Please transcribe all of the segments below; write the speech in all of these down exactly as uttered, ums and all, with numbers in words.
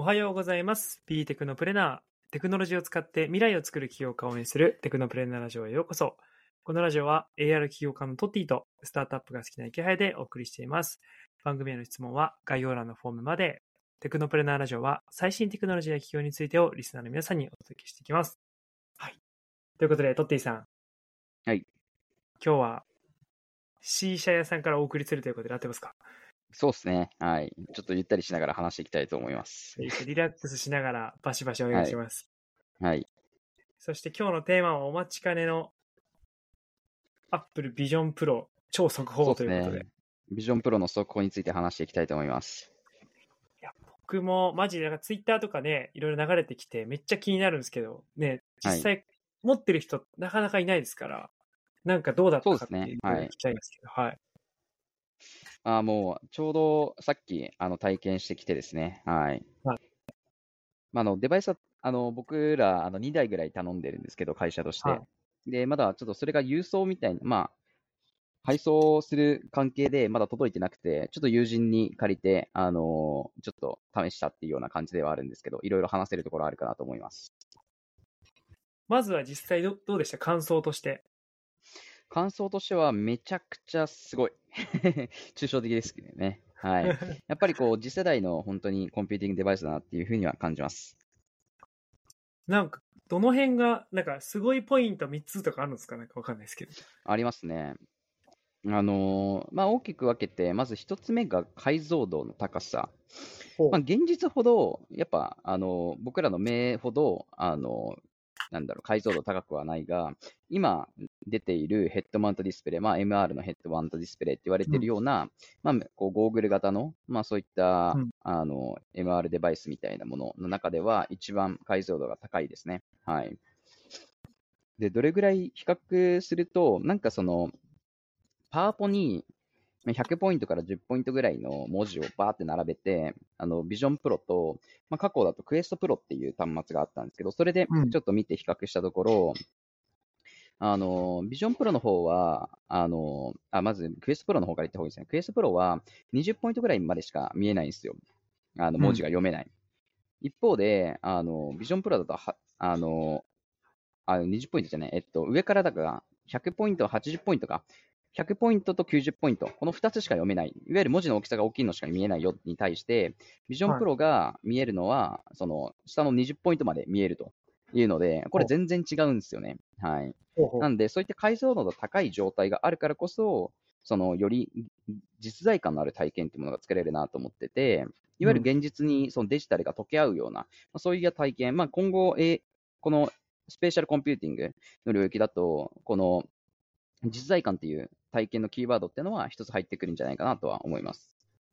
はようございます。B テクノプレナー。テクノロジーを使って未来を作る起業家を応援するテクノプレナーラジオへようこそ。このラジオは エーアール 起業家のトッティとスタートアップが好きな池原でお送りしています。番組への質問は概要欄のフォームまで。テクノプレナーラジオは最新テクノロジーや企業についてをリスナーの皆さんにお届けしていきます。はい。ということで、トッティさん。 はい。 今日は C 社屋さんからお送りするということで合ってますか？ そうですね。はい。ちょっとゆったりしながら話していきたいと思います。 リラックスしながらバシバシお願いします。 はい。はい、 そして今日のテーマはお待ちかねの Apple Vision Pro 超速報ということで。 ね、Vision Pro の速報について話していきたいと思います。 いや僕もマジでなんか Twitter とかね、いろいろ流れてきてめっちゃ気になるんですけど、ね、実際持ってる人なかなかいないですから、はい、なんかどうだったかっていうのを聞きたいんですけど、はい。はいあもう、ちょうどさっきあの体験してきてですね、はい。はい、まあ、あのデバイスはあの僕らあのにだいぐらい頼んでるんですけど、会社として。はい、で、まだちょっとそれが郵送みたいな、まあ、配送する関係でまだ届いてなくて、ちょっと友人に借りて、あのー、ちょっと試したっていうような感じではあるんですけど、いろいろ話せるところあるかなと思います。 まずは実際 ど, どうでした感想として。 感想としてはめちゃくちゃすごい。抽象的ですけどね。はい。やっぱりこう、次世代の本当にコンピューティングデバイスだなっていうふうには感じます。 なんか、どの辺が、なんかすごいポイントみっつとかあるんですか？なんかわかんないですけど。 ありますね。あのー、まあ大きく分けて、まず一つ目が解像度の高さ。まあ現実ほど、やっぱ、あのー、僕らの目ほど、あのー、なんだろう、解像度高くはないが、今出ているヘッドマウントディスプレイ、まあ エムアール のヘッドマウントディスプレイって言われているような、うん、まあこうゴーグル型の、まあそういった、うん、あの、エムアール デバイスみたいなものの中では一番解像度が高いですね。はい。で、どれぐらい比較すると、なんかその、パワポにひゃくポイントからじゅうポイントぐらいの文字をバーって並べて、あの、ビジョンプロと、まあ、過去だとクエストプロっていう端末があったんですけど、それでちょっと見て比較したところ、うん、あの、ビジョンプロの方は、あの、あ、まずクエストプロの方から言った方がいいですね。クエストプロはにじゅうポイントぐらいまでしか見えないんですよ。あの、文字が読めない。うん、一方で、あの、ビジョンプロだとは、あの、あにじゅうポイントじゃない、えっと、上からだからひゃくポイント、はちじゅうポイントか。ひゃくポイントときゅうじゅうポイント。このふたつしか読めない。いわゆる文字の大きさが大きいのしか見えないよに対して、ビジョンプロが見えるのは、はい、その、下のにじゅうポイントまで見えるというので、これ全然違うんですよね。はい。なんで、そういった解像度の高い状態があるからこそ、その、より実在感のある体験というものが作れるなと思ってて、いわゆる現実にそのデジタルが溶け合うような、うん、そういう体験、まあ、今後、えこのスペーシャルコンピューティングの領域だと、この実在感っていう体験のキーワードっていうのは一つ入ってくるんじゃないかなとは思います。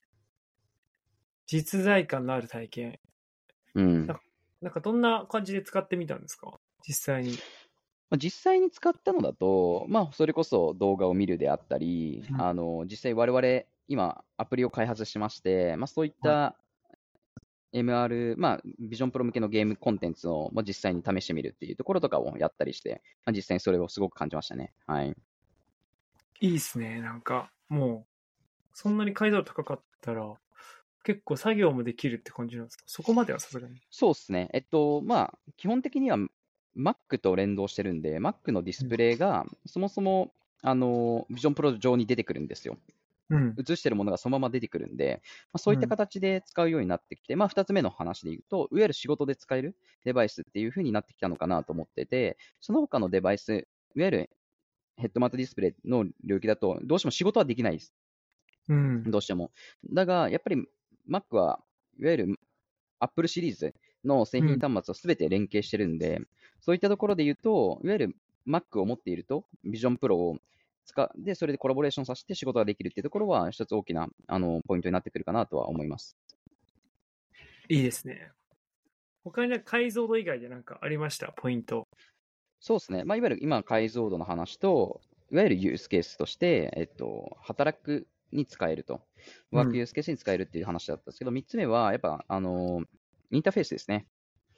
実在感のある体験。 うん。 なんか、なんかどんな感じで使ってみたんですか？実際に。 実際に使ったのだと、まあ、それこそ動画を見るであったり、うん、あの、実際我々、今、アプリを開発しまして、まあ、そういった エムアール、まあ、ビジョンプロ向けのゲームコンテンツを、まあ、実際に試してみるっていうところとかをやったりして、まあ、実際にそれをすごく感じましたね。はい。 いいですね。なんか、もう、そんなに解像度高かったら、結構作業もできるって感じなんですか？そこまではさすがに。 そうですね。えっと、まあ、基本的には Mac と連動してるんで、Mac のディスプレイが、そもそも、あの、ビジョンプロ上に出てくるんですよ。うん、映してるものがそのまま出てくるんで、まあ、そういった形で使うようになってきて、うん、まあ、二つ目の話で言うと、いわゆる仕事で使えるデバイスっていう風になってきたのかなと思ってて、その他のデバイス、いわゆるヘッドマウントディスプレイの領域だと、どうしても仕事はできないです。うん、どうしても。だが、やっぱり Mac はいわゆる Apple シリーズの製品端末をすべて連携してるんで、うん、そういったところで言うと、いわゆる Mac を持っていると、Vision Pro を使で、それでコラボレーションさせて仕事ができるっていうところは、一つ大きなあのポイントになってくるかなとは思います。 いいですね。他に解像度以外で何かありました？ポイント。 そうですね。まあ、いわゆる今、解像度の話と、いわゆるユースケースとして、えっと、働くに使えると。ワークユースケースに使えるっていう話だったんですけど、みっつめは、やっぱ、あの、インターフェースですね。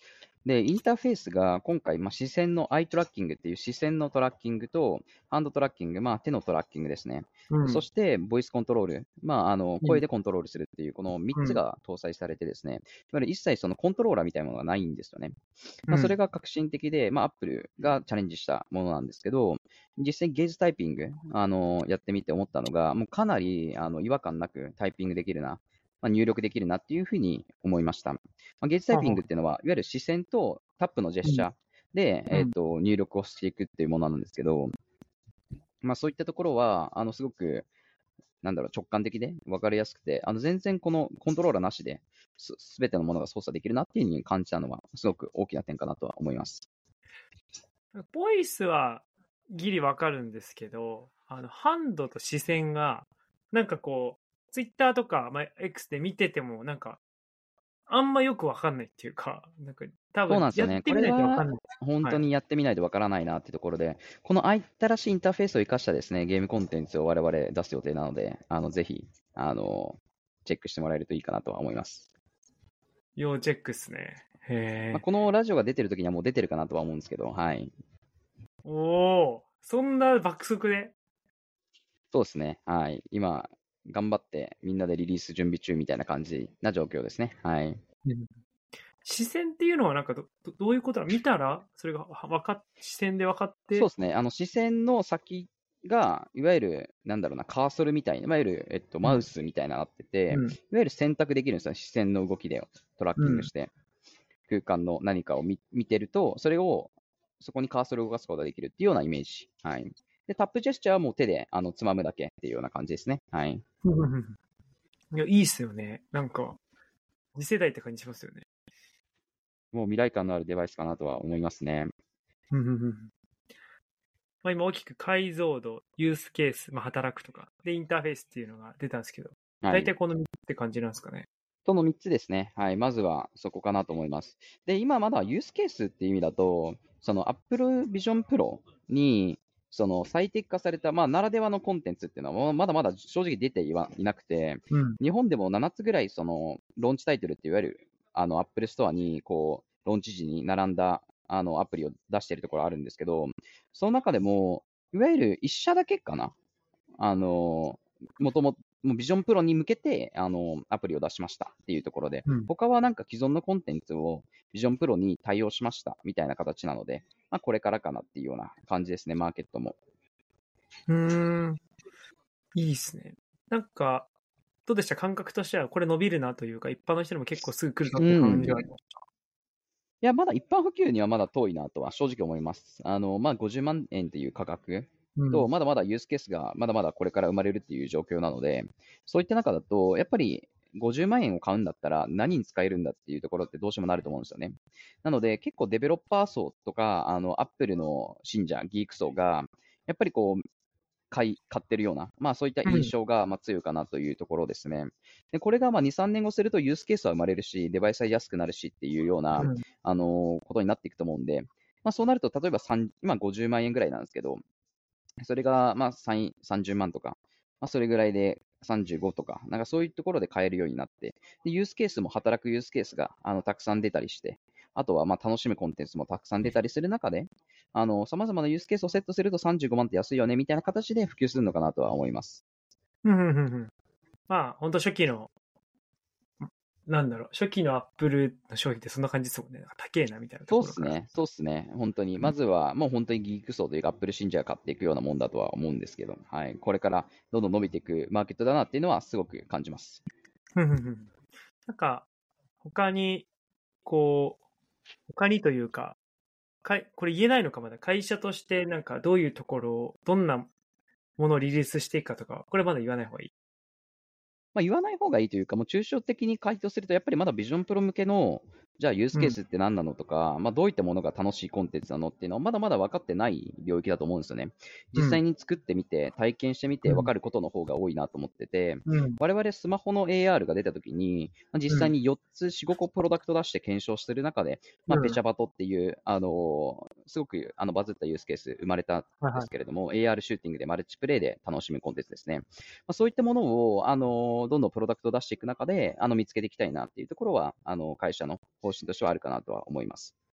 で、インターフェースが今回、まあ、視線のアイトラッキングっていう視線のトラッキングと、ハンドトラッキング、まあ、手のトラッキングですね。 うん。 そして、ボイスコントロール、まあ、あのうん声でコントロールするっていう、このみっつが搭載されてですね、いわゆる一切そのコントローラーみたいなものがないんですよね。まあ、それが革新的で、まあ、Apple がチャレンジしたものなんですけど、実際ゲージタイピング、あのやってみて思ったのが、もうかなりあの違和感なくタイピングできるな、まあ、入力できるなっていうふうに思いました。まあ、ゲージタイピングっていうのは、いわゆる視線とタップのジェスチャーで、 うんえー、と入力をしていくっていうものなんですけど、まあ、そういったところは、あのすごく、なんだろう、直感的で分かりやすくて、あの全然このコントローラーなしですすべてのものが操作できるなっていうふうに感じたのは、すごく大きな点かなとは思います。 ボイスはギリわかるんですけど、あの、ハンドと視線が、なんかこう、ツイッターとか、まあ、X で見てても、なんか、あんまよくわかんないっていうか、なんか、多分、 そうなんですよね。 やってみないとわこれはかんない。はい。 本当にやってみないとわからないなってところで、この新しいインターフェースを生かしたですね、ゲームコンテンツを我々出す予定なので、あのぜひ、あの、チェックしてもらえるといいかなとは思います。 要チェックっすね。へまあ、 え。 このラジオが出てる時にはもう出てるかなとは思うんですけど、はい。 おお、そんな爆速で。 そうですね。はい。今、頑張ってみんなでリリース準備中みたいな感じな状況ですね。はい。 うん視線っていうのはなんかど、どどういうことだ見たらそれがはわかっ、視線で分かって。 そうですね。あの、視線の先が、いわゆる、なんだろうな、カーソルみたいな、いわゆる、えっと、マウスみたいなのなってて、 うん。 いわゆる選択できるんですよ。視線の動きでトラッうん。 キングして、空間の何かを見見てると、それを、そこにカーソルを動かすことができるっていうようなイメージ。はい。で、タップジェスチャーはもう手で、あの、つまむだけっていうような感じですね。はい。 うんうんうんいや、いいっすよね。なんか、次世代って感じしますよね。 もう未来感のあるデバイスかなとは思いますね。 うんうんうんまあ、今大きく解像度、ユースケース、まあ、働くとか、で、インターフェースっていうのが出たんですけど、 はい。 大体このみっつって感じなんですかね。 とのみっつですね。はい。まずはそこかなと思います。で、今まだユースケースっていう意味だと、その Apple Vision Pro に、その最適化された、まあ、ならではのコンテンツっていうのは、まだまだ正直出ていはいなくて、 うん。 日本でもななつぐらい、その、ローンチタイトルっていわゆる、あの、Apple Store に、こう、ローンチ時に並んだ、あの、アプリを出しているところあるんですけど、その中でも、いわゆるいっ社だけかな。あの、もともと、もうビジョンプロに向けて、あの、アプリを出しましたっていうところで、 うん。 他はなんか既存のコンテンツをビジョンプロに対応しましたみたいな形なので、まあ、これからかなっていうような感じですね、マーケットも。 うーん。いいっすね。なんか、どうでした感覚としては、これ伸びるなというか、一般の人でも結構すぐ来るなって感じはありましいや、まだ一般普及にはまだ遠いなとは正直思います。あの、まあ、ごじゅうまん円という価格た。うと、 ん。 まだまだユースケースがまだまだこれから生まれるっていう状況なので、そういった中だと、やっぱりごじゅうまん円を買うんだったら何に使えるんだっていうところってどうしてもなると思うんですよね。なので、結構デベロッパー層とか、あの、アップルの信者、ギーク層が、やっぱりこう、買い、買ってるような、まあそういった印象がまあ強いかなというところですね。で、これがまあに、さんねんごするとユースケースは生まれるし、デバイスは安くなるしっていうような、 うん。 あのーことになっていくと思うんで、まあそうなると、例えばさん今ごじゅうまん円ぐらいなんですけど、それがまあさんさんじゅうまんとか、まあそれぐらいでさんじゅうごとか、なんかそういうところで買えるようになって、でユースケースも働くユースケースがあのたくさん出たりして、あとはまあ楽しむコンテンツもたくさん出たりする中で、あの、様々なユースケースをセットするとさんじゅうごまんって安いよね、みたいな形で普及するのかなとは思います。 うんうんうんうんまあ、本当初期の、なんだろう、初期のアップルの商品ってそんな感じですもんね。なんか高えなみたいなところから。 そうっすね。そうっすね。本当に。まずは、もう本当にギーク層というか、アップル信者が買っていくようなもんだとは思うんですけど、はい。これからどんどん伸びていくマーケットだなっていうのはすごく感じます。 うんうんうんなんか、他に、こう、他にというか、かいこれ言えないのかまだ。会社としてなんかどういうところを、どんなものをリリースしていくかとか、これまだ言わない方がいい。 まあ、言わない方がいいというか、もう抽象的に回答すると、やっぱりまだビジョンプロ向けの、じゃあユースうん。 ケースって何なのとか、まあ、どういったものが楽しいコンテンツなのっていうのは、まだまだ分かってない領域だと思うんですよね。実うん。 際に作ってみて、体験してみてうん。 分かることの方が多いなと思ってて、 うん。 我々スマホの エーアール が出たときに、まあ実うん。 際によっつ、よん、ごこプロダクト出して検証する中で、まあ、ペチうん。 ャバトっていう、あのーすごくあのバズったユースケース生まれたんではいはい。 すけれども、エーアール シューティングでマルチプレイで楽しむコンテンツですね。まあ、そういったものを、あの、どんどんプロダクトを出していく中で、あの、見つけていきたいなっていうところは、あの、会社の方針としてはあるかなとは思います。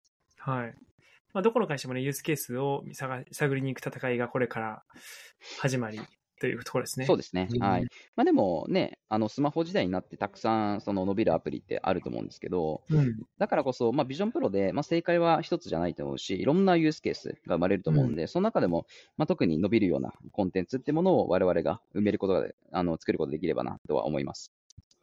はい。まあ、どこの会社もね、ユースケースを探探りに行く戦いがこれから始まりというところですね。 そうですね。 うんはい。まあでもね、あのスマホ時代になってたくさんその伸びるアプリってあると思うんですけど、 うん。 だからこそ、まあ、ビジョンプロで、まあ、正解は一つじゃないと思うし、いろんなユースケースが生まれると思うんで、その中でも、まあ、特に伸びるようなコンテンツってものを我々が埋めることが、あの作ることができればなとは思います。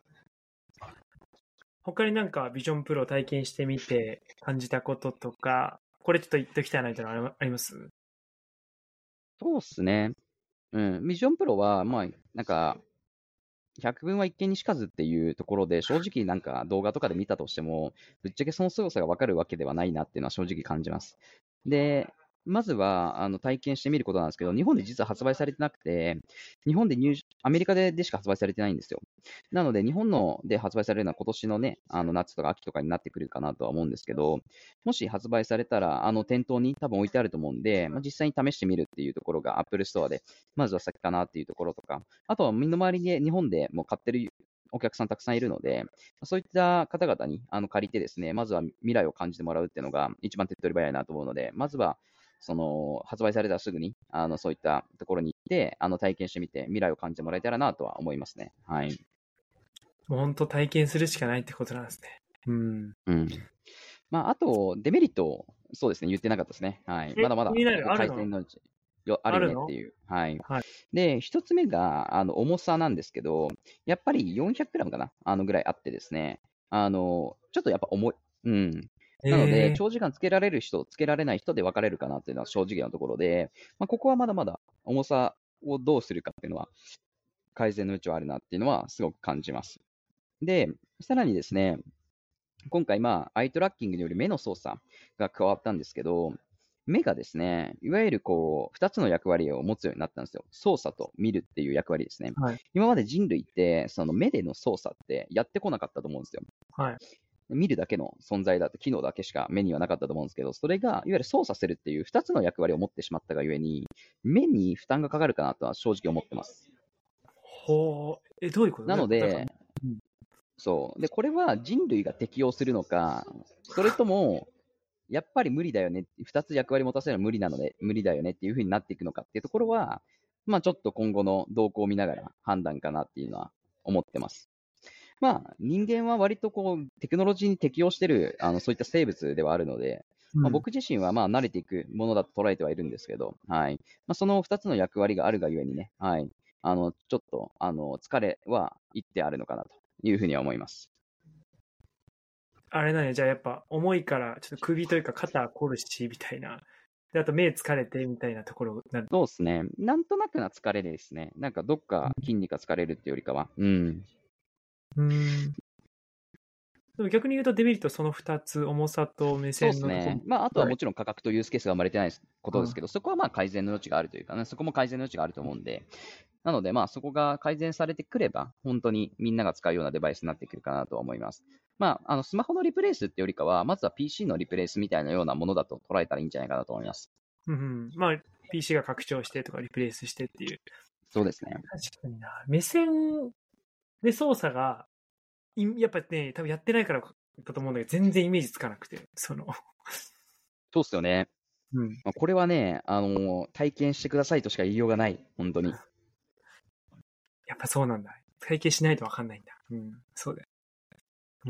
他になんかビジョンプロを体験してみて感じたこととか、これちょっと言っときたいなというのはありますそうですね。うん。ビジョンプロは、まあ、なんか、百聞は一見にしかずっていうところで、正直なんか動画とかで見たとしても、ぶっちゃけその凄さがわかるわけではないなっていうのは正直感じます。で、まずはあの体験してみることなんですけど、日本で実は発売されてなくて、日本で入アメリカででしか発売されてないんですよ。なので、日本ので発売されるのは今年のね、あの夏とか秋とかになってくるかなとは思うんですけど、もし発売されたら、あの店頭に多分置いてあると思うんで、まあ、実際に試してみるっていうところが Apple Store で、まずは先かなっていうところとか、あとは身の回りで日本でもう買ってるお客さんたくさんいるので、そういった方々にあの借りてですね、まずは未来を感じてもらうっていうのが一番手っ取り早いなと思うので、まずはその発売されたらすぐにあのそういったところに行ってあの体験してみて未来を感じてもらえたらなとは思いますね。はい。 もう本当体験するしかないってことなんですね。うん。 うん。まあ、あと、デメリット、そうですね、言ってなかったですね。はい。 え、 まだまだ気になる、 結構あるの改善のうちよあるよあるのねっていう。はい。 はい。 で、一つ目が、あの、重さなんですけど、やっぱり よんひゃくグラム かなあのぐらいあってですね、あの、ちょっとやっぱ重い。うん。なので、 え長時間つけられる人、つけられない人で分かれるかなっていうのは正直なところで、まあ、ここはまだまだ重さをどうするかっていうのは、改善の余地はあるなっていうのはすごく感じます。で、さらにですね、今回、まあ、アイトラッキングによる目の操作が加わったんですけど、目がですね、いわゆるこう、二つの役割を持つようになったんですよ。操作と見るっていう役割ですね。 ー、はい。 今まで人類って、その目での操作ってやってこなかったと思うんですよ。 はい。 見るだけの存在だって、機能だけしか目にはなかったと思うんですけど、それが、いわゆる操作するっていう二つの役割を持ってしまったがゆえに、目に負担がかかるかなとは正直思ってます。 ほう。え、どういうことなのだから、 で、そう。で、これは人類が適用するのか、それとも、やっぱり無理だよね、二つ役割持たせるのは無理なので、無理だよねっていう風になっていくのかっていうところは、まあちょっと今後の動向を見ながら判断かなっていうのは思ってます。まあ人間は割とこうテクノロジーに適応してる、あのそういった生物ではあるので、まあ、 うん、 僕自身はまあ慣れていくものだと捉えてはいるんですけど、はい。まあ、その二つの役割があるがゆえにね、はい。あの、ちょっと、あの、疲れは一定あるのかなというふうには思います。 あれなんや、じゃあやっぱ重いから、ちょっと首というか肩凝るし、みたいな。で、あと目疲れてみたいなところなる。 そうですね。なんとなくな疲れですね。なんかどっか筋肉が疲れるっていうよりかは。うん。 うん。でも逆に言うとデメリットそのふたつ、重さと目そうで線のところすね。まあ、あとはぐらい。 もちろん価格とユースケースが生まれてないことですけあど、そこはまあ改善の余地があるというかね、そこも改善の余地があると思うんで、なのでまあそこが改善されてくれば、本当にみんなが使うようなデバイスになってくるかなとは思います。まあ、あのスマホのリプレイスってよりかは、まずは ピーシー のリプレイスみたいなようなものだと捉えたらいいんじゃないかなと思います。 うんうん。まあ、ピーシー が拡張してとかリプレイスしてっていう。 そうですね。 確かにな。目線で操作が、いやっぱね、多分やってないからだと思うんだけど、全然イメージつかなくて、その、 そうっすよね。 うん。 まあこれはね、あの体験してくださいとしか言いようがない。本当に。 やっぱそうなんだ。体験しないとわかんないんだ。うん、そうだよ。うん。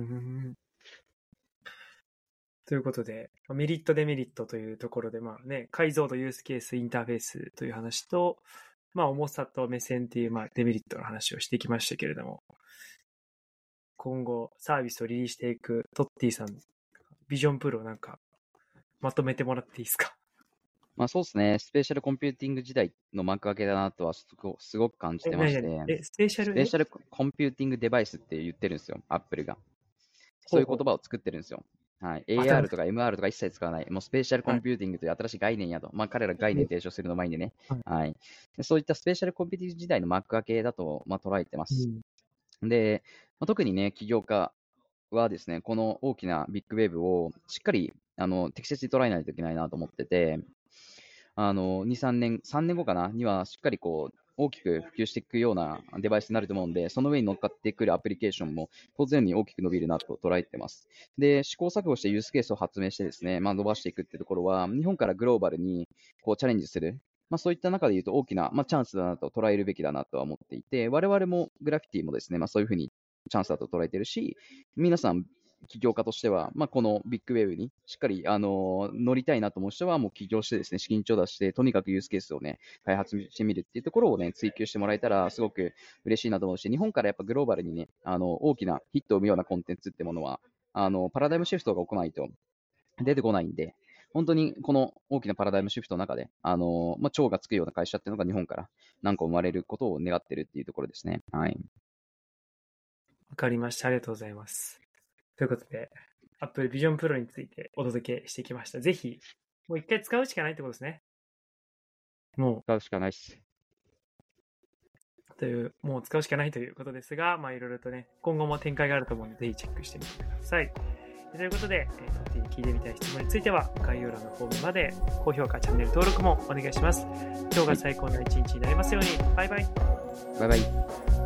ということで、メリット、デメリットというところで、まあね、解像度、ユースケース、インターフェースという話と、まあ重さと目線っていう、まあデメリットの話をしてきましたけれども、今後サービスをリリースしていくトッティさん、ビジョンプロなんかまとめてもらっていいですか？ まあそうですね。スペーシャルコンピューティング時代の幕開けだなとはすごすごく感じえ、 てまして、 なになにえ、スペシャルえスペーシャルコンピューティングデバイスって言ってるんですよ、アップルが。そういう言葉を作ってるんですよ。はい、エーアール とか エムアール とか一切使わない、もうスペーシャルコンピューティングという新しい概念やと、まあ、彼ら概念提唱するの前にね、 はいはい、でそういったスペーシャルコンピューティング時代の幕開けだと、まあ、捉えてまうす。 ん。 で、まあ、特にね、起業家はですね、この大きなビッグウェーブをしっかりあの適切に捉えないといけないなと思ってて、あのに、さんねん、さんねんごかなにはしっかりこう大きく普及していくようなデバイスになると思うんで、その上に乗っかってくるアプリケーションも当然に大きく伸びるなと捉えてます。で、試行錯誤してユースケースを発明してですね、まあ、伸ばしていくっていうところは、日本からグローバルにこうチャレンジする、まあ、そういった中で言うと大きな、まあ、チャンスだなと捉えるべきだなとは思っていて、我々もグラフィティもですね、まあ、そういうふうにチャンスだと捉えてるし、皆さん、起業家としては、まあ、このビッグウェーブにしっかり、あのー乗りたいなと思う人は、もう起業してですね、資金調達して、とにかくユースケースをね、開発してみるっていうところをね、追求してもらえたら、すごく嬉しいなと思うし、日本からやっぱグローバルにね、あの、大きなヒットを生むようなコンテンツってものは、あの、パラダイムシフトが起こらないと出てこないんで、本当にこの大きなパラダイムシフトの中で、あのーまあ、超がつくような会社っていうのが日本から何個生まれることを願ってるっていうところですね。はい。 わかりました。ありがとうございます。ということで、Apple Vision Pro についてお届けしてきました。ぜひ、もう一回使うしかないってことですね。もう。 使うしかないっす。 という、もう使うしかないということですが、まあいろいろとね、今後も展開があると思うので、ぜひチェックしてみてください。ということで、えー、トッティに聞いてみたい質問については、概要欄のフォームまで高評価、チャンネル登録もお願いします。今日が最高の一日になりますように。バイバイ。 バイバイ。